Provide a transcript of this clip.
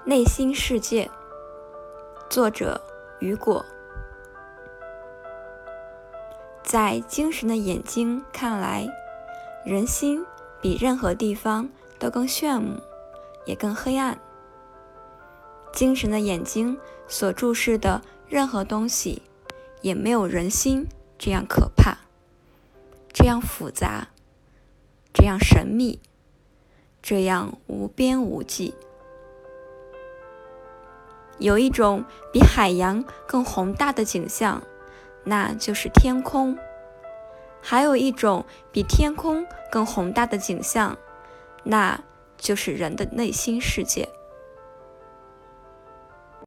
内心世界，作者雨果。在精神的眼睛看来，人心比任何地方都更炫目，也更黑暗。精神的眼睛所注视的任何东西，也没有人心这样可怕，这样复杂，这样神秘，这样无边无际。有一种比海洋更宏大的景象，那就是天空。还有一种比天空更宏大的景象，那就是人的内心世界。